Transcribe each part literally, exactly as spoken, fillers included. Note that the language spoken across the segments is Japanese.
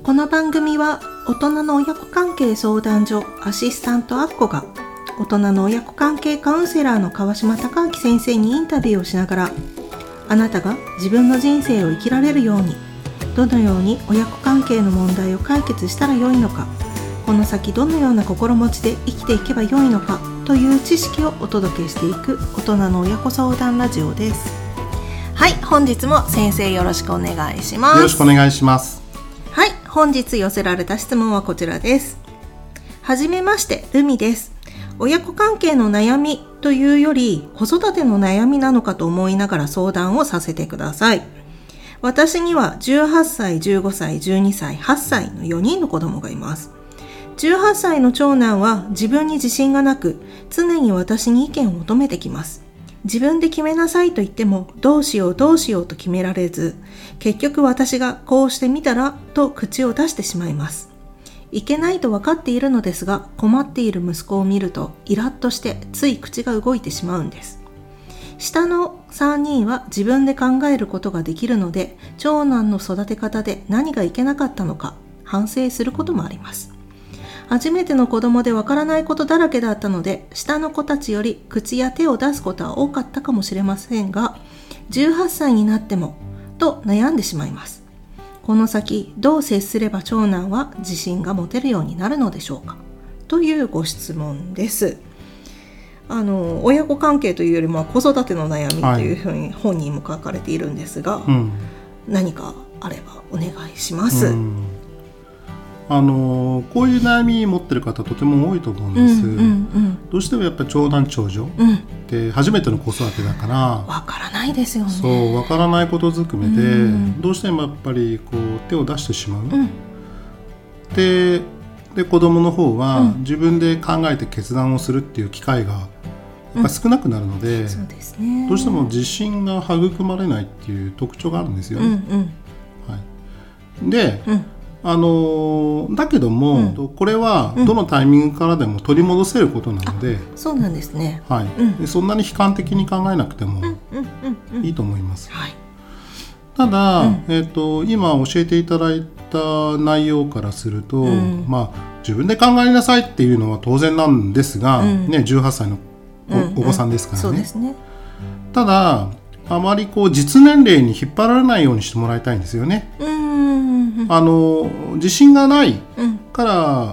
この番組は大人の親子関係相談所アシスタントアッコが大人の親子関係カウンセラーの川島隆明先生にインタビューをしながら、あなたが自分の人生を生きられるように、どのように親子関係の問題を解決したらよいのか、この先どのような心持ちで生きていけばよいのかという知識をお届けしていく大人の親子相談ラジオです。はい、本日も先生よろしくお願いします。 よろしくお願いします。 はい、本日寄せられた質問はこちらです。はじめまして、ルミです。親子関係の悩みというより子育ての悩みなのかと思いながら相談をさせてください。私にはじゅうはっさい、じゅうごさい、じゅうにさい、はっさいのよにんの子供がいます。じゅうはっさいの長男は自分に自信がなく、常に私に意見を求めてきます。自分で決めなさいと言っても、どうしようどうしようと決められず、結局私がこうしてみたらと口を出してしまいます。いけないと分かっているのですが、困っている息子を見るとイラッとしてつい口が動いてしまうんです。下のさんにんは自分で考えることができるので、長男の育て方で何がいけなかったのか反省することもあります。初めての子供でわからないことだらけだったので、下の子たちより口や手を出すことは多かったかもしれませんが、じゅうはっさいになってもと悩んでしまいます。この先どう接すれば長男は自信が持てるようになるのでしょうか、というご質問です。あの親子関係というよりも子育ての悩みというふうに本人も書かれているんですが、はい、うん、何かあればお願いします。うん、 あのこういう悩み持ってる方とても多いと思うんです。うんうんうん、どうしてもやっぱり長男長女、うん、で初めての子育てだからわからないですよね。 そうわからないことずくめで、うん、どうしてもやっぱりこう手を出してしまう、うん、で, で子供の方は自分で考えて決断をするっていう機会がやっぱ少なくなるので、うん、そうですね、どうしても自信が育まれないっていう特徴があるんですよね。うんうん、はい、で、うん、あのだけども、うん、これはどのタイミングからでも取り戻せることなので、うん、 そうなんですね。 はい、うん、でそんなに悲観的に考えなくてもいいと思います。はい、ただ、うん、えーと、今教えていただいた内容からすると、うん、まあ、自分で考えなさいっていうのは当然なんですが、うんね、じゅうはっさいの お,、うんうん、お子さんですからね。そうですね。ただあまりこう実年齢に引っ張られないようにしてもらいたいんですよね。うんあの自信がないから、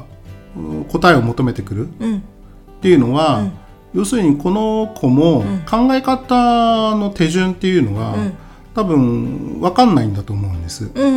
うん、答えを求めてくるっていうのは、うん、要するにこの子も考え方の手順っていうのが、うん、多分分かんないんだと思うんです。うんうん、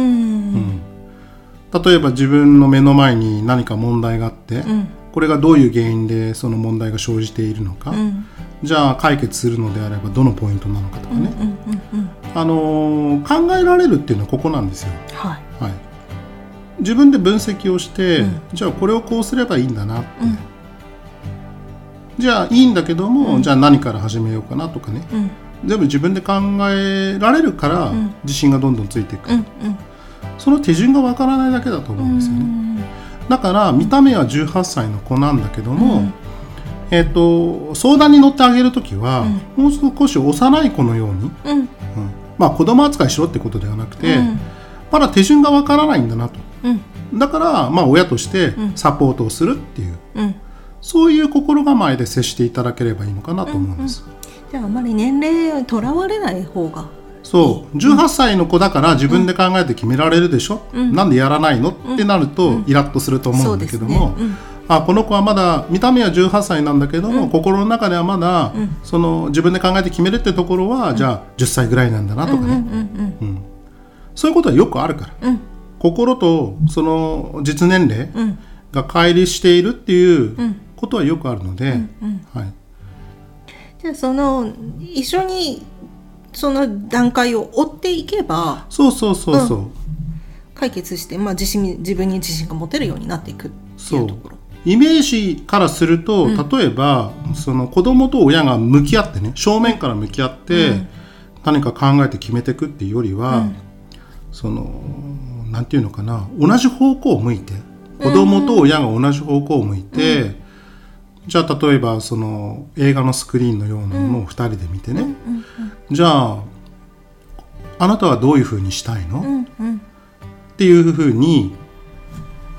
例えば自分の目の前に何か問題があって、うん、これがどういう原因でその問題が生じているのか、うん、じゃあ解決するのであればどのポイントなのかとかね、うんうんうんうん、あのー、考えられるっていうのはここなんですよ。はいはい、自分で分析をして、うん、じゃあこれをこうすればいいんだなって、うん、じゃあいいんだけども、うん、じゃあ何から始めようかなとかね、うん、全部自分で考えられるから自信がどんどんついていく、うんうん、その手順がわからないだけだと思うんですよね。うん、だから見た目はじゅうはっさいの子なんだけども、うん、えーと、相談に乗ってあげるときは、うん、もう少し幼い子のように、うんうん、まあ子供扱いしろってことではなくて、うん、まだ手順がわからないんだなと、うん、だからまあ親としてサポートをするっていう、うん、そういう心構えで接していただければいいのかなと思うんです。うんうん、 じゃああまり年齢にとらわれない方がそうじゅうはっさいの子だから自分で考えて決められるでしょ、うん、なんでやらないのってなるとイラッとすると思うんだけども、うん、あこの子はまだ見た目はじゅうはっさいなんだけども、うん、心の中ではまだ、うん、その自分で考えて決めるってところは、うん、じゃあじゅっさいぐらいなんだなとかね、そういうことはよくあるから、うん、心とその実年齢が乖離しているっていうことはよくあるので、うんうんはい、 じゃあその一緒にその段階を追っていけばそうそうそうそう、うん、 解決して、まあ、自信自分に自信が持てるようになっていくっていうところ、 イメージからすると、うん、例えばその子供と親が向き合ってね正面から向き合って、うん、何か考えて決めていくっていうよりは、うん、そのなんていうのかな同じ方向を向いて子供と親が同じ方向を向いて、うん、じゃあ例えばその映画のスクリーンのようなものをふたりで見てね、うんうんうん、じゃああなたはどういうふうにしたいの、うんうん、っていうふうに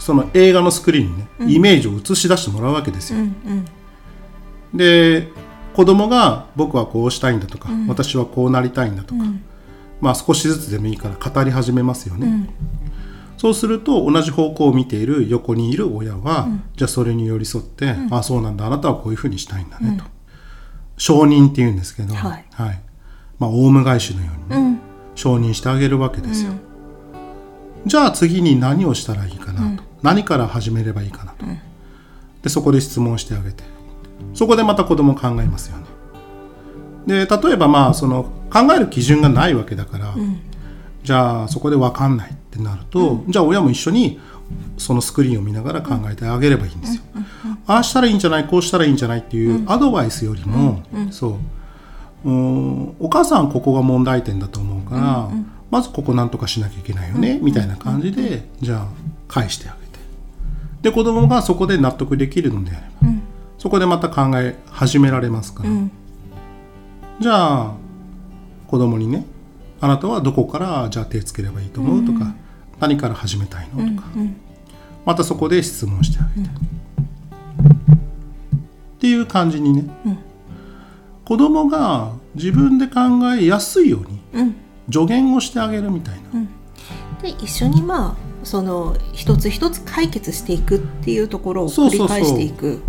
その映画のスクリーンにね、うん、イメージを映し出してもらうわけですよ、うんうん、で子供が僕はこうしたいんだとか、うん、私はこうなりたいんだとか、うん、まあ少しずつでもいいから語り始めますよね、うん、そうすると同じ方向を見ている横にいる親は、うん、じゃあそれに寄り添って、うん、ああそうなんだ、あなたはこういうふうにしたいんだねと、うん、承認っていうんですけど、はいはい、まあオウム返しのようにね、うん、承認してあげるわけですよ、うん、じゃあ次に何をしたらいいかなと、うん、何から始めればいいかなと、うん、でそこで質問してあげて、そこでまた子供考えますよね。で例えばまあその考える基準がないわけだから、うん、じゃあそこで分かんないってなると、うん、じゃあ親も一緒にそのスクリーンを見ながら考えてあげればいいんですよ、うんうんうん、ああしたらいいんじゃない、こうしたらいいんじゃないっていうアドバイスよりも、うんうん、そううんお母さんここが問題点だと思うから、うんうん、まずここなんとかしなきゃいけないよね、うん、みたいな感じでじゃあ返してあげて、で子供がそこで納得できるのであれば、うん、そこでまた考え始められますから、うん、じゃあ子供にね、あなたはどこからじゃあ手つければいいと思うとか、うん、何から始めたいのとか、うんうん、またそこで質問してあげて、うん、っていう感じにね、うん、子供が自分で考えやすいように、うん、助言をしてあげるみたいな、うん、 で一緒にまあその一つ一つ解決していくっていうところを繰り返していく。そうそうそう、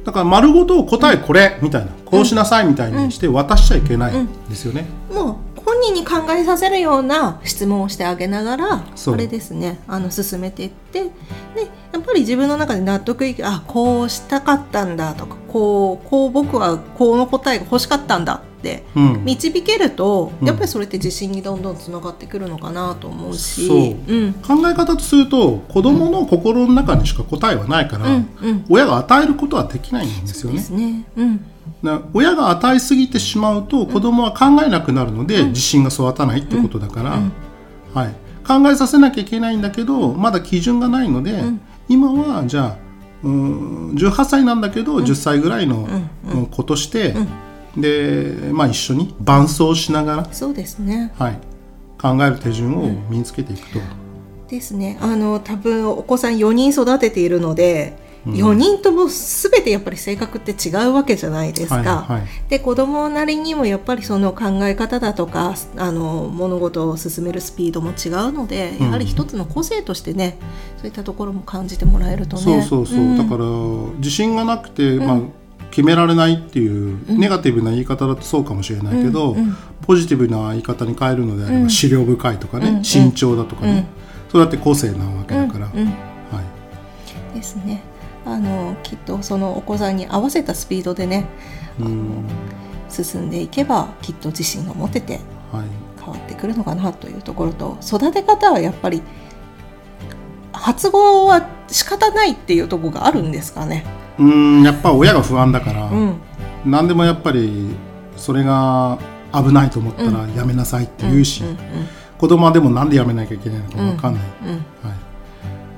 だから丸ごと答えこれみたいな、うん、こうしなさいみたいにして渡しちゃいけないんですよね、 うんうん、もう本人に考えさせるような質問をしてあげながら、これですね、あの進めていって、でやっぱり自分の中で納得いく、あこうしたかったんだとか、こうこう僕はこの答えが欲しかったんだって導けると、うん、やっぱりそれって自信にどんどんつながってくるのかなと思うし、 そう、うん、考え方とすると子どもの心の中にしか答えはないから、うんうん、親が与えることはできないんですよね。そうですね、うん、親が与えすぎてしまうと子どもは考えなくなるので、うん、自信が育たないってことだから、うんうん、はい、考えさせなきゃいけないんだけどまだ基準がないので、うん、今はじゃあうんじゅうはっさいなんだけど、うん、じゅっさいぐらいの子として、うん、で、まあ、一緒に伴走しながら、 そうですね、 はい、考える手順を身につけていくと、うん、 ですね。あの多分お子さんよにん育てているので、うん、よにんとも全てやっぱり性格って違うわけじゃないですか、はいはい、で子供なりにもやっぱりその考え方だとかあの物事を進めるスピードも違うので、やはり一つの個性としてね、うん、そういったところも感じてもらえるとね、 そうそうそう、うん、だから自信がなくて、まあ、決められないっていうネガティブな言い方だとそうかもしれないけど、うんうん、ポジティブな言い方に変えるのであれば、うん、思慮深いとかね、うん、慎重だとかね、うん、そうやって個性なわけだから、うんうん、はい、 ですね。あのきっとそのお子さんに合わせたスピードでね、うん、進んでいけばきっと自信が持てて変わってくるのかなというところと、育て方はやっぱり発語は仕方ないっていうところがあるんですかね。 うーんやっぱ親が不安だから、うん、何でもやっぱりそれが危ないと思ったらやめなさいって言うし、うんうんうんうん、子供はでもなんでやめなきゃいけないのか分かんない、うんうん、はい、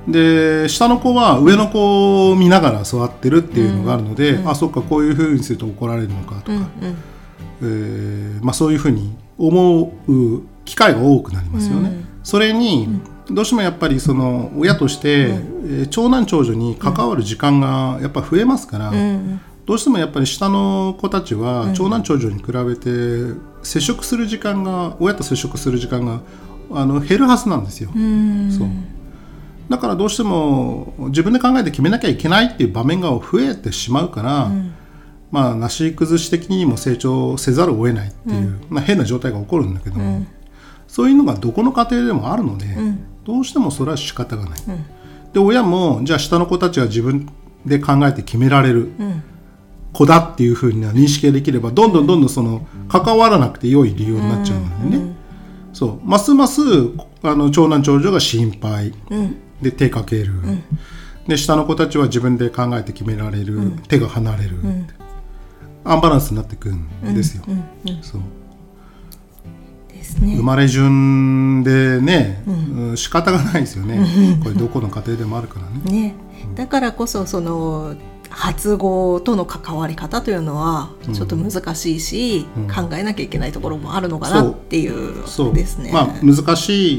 で下の子は上の子を見ながら育ってるっていうのがあるので、うんうん、あそっかこういうふうにすると怒られるのかとか、うんうん、えーまあ、そういうふうに思う機会が多くなりますよね、うん、それにどうしてもやっぱりその親として、うん、えー、長男長女に関わる時間がやっぱ増えますから、うん、どうしてもやっぱり下の子たちは長男長女に比べて接触する時間が親と接触する時間があの減るはずなんですよ、うん、そうだからどうしても自分で考えて決めなきゃいけないっていう場面が増えてしまうから、うん、まあなし崩し的にも成長せざるを得ないっていう、うん、まあ、変な状態が起こるんだけども、うん、そういうのがどこの家庭でもあるので、うん、どうしてもそれは仕方がない、うん、で親もじゃあ下の子たちが自分で考えて決められる子だっていうふうに認識ができれば、どんどんどんどんその関わらなくて良い理由になっちゃうのでね、うん、そうますますあの長男長女が心配、うん、で手かける、うん、で下の子たちは自分で考えて決められる、うん、手が離れる、うん、アンバランスになってくるんですよ、うんうんうん、そうですね、生まれ順でね、うん、仕方がないですよね、うん、これどこの家庭でもあるからね、 ね、だからこそその発語との関わり方というのはちょっと難しいし、うん、考えなきゃいけないところもあるのかなっていうですね。 まあ、難しい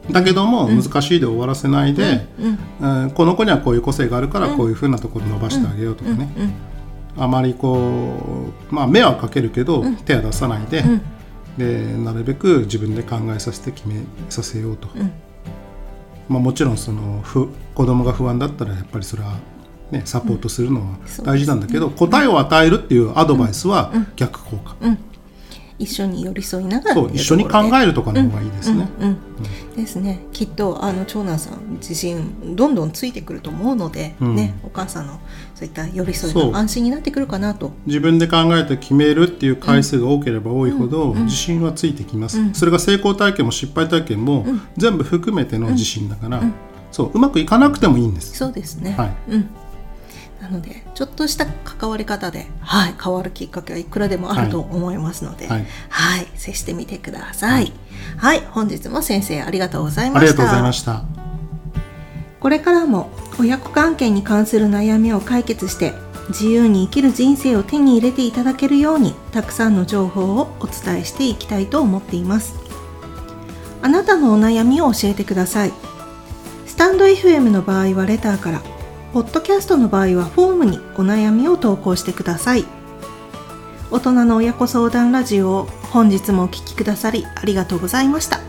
だけども、うん、難しいで終わらせないで、うんうん、この子にはこういう個性があるからこういうふうなところ伸ばしてあげようとかね、うんうんうん、あまりこう、まあ、目はかけるけど、うん、手は出さないで、うん、でなるべく自分で考えさせて決めさせようと、うんまあ、もちろんそのふ子供が不安だったらやっぱりそれは、ね、サポートするのは大事なんだけど、うんね、答えを与えるっていうアドバイスは逆効果、 うんうん一緒に寄り添いながらそう一緒に考えるとかの方がいいですね、 うんうんうん、ですね。きっとあの長男さん自信どんどんついてくると思うので、うんね、お母さんのそういった寄り添いが安心になってくるかなと。 自分で考えて決めるっていう回数が多ければ多いほど、うん、自信はついてきます、うん、それが成功体験も失敗体験も、うん、全部含めての自信だから、うんうん、そううまくいかなくてもいいんです。 そうですね、 はいうんなのでちょっとした関わり方で、はい、変わるきっかけはいくらでもあると思いますので、はいはい、接してみてください、はいはい、本日も先生ありがとうございました。 ありがとうございました。 これからも親子関係に関する悩みを解決して自由に生きる人生を手に入れていただけるようにたくさんの情報をお伝えしていきたいと思っています。あなたのお悩みを教えてください。スタンド エフエム の場合はレターから、ポッドキャストの場合はフォームにお悩みを投稿してください。大人の親子相談ラジオを本日もお聞きくださりありがとうございました。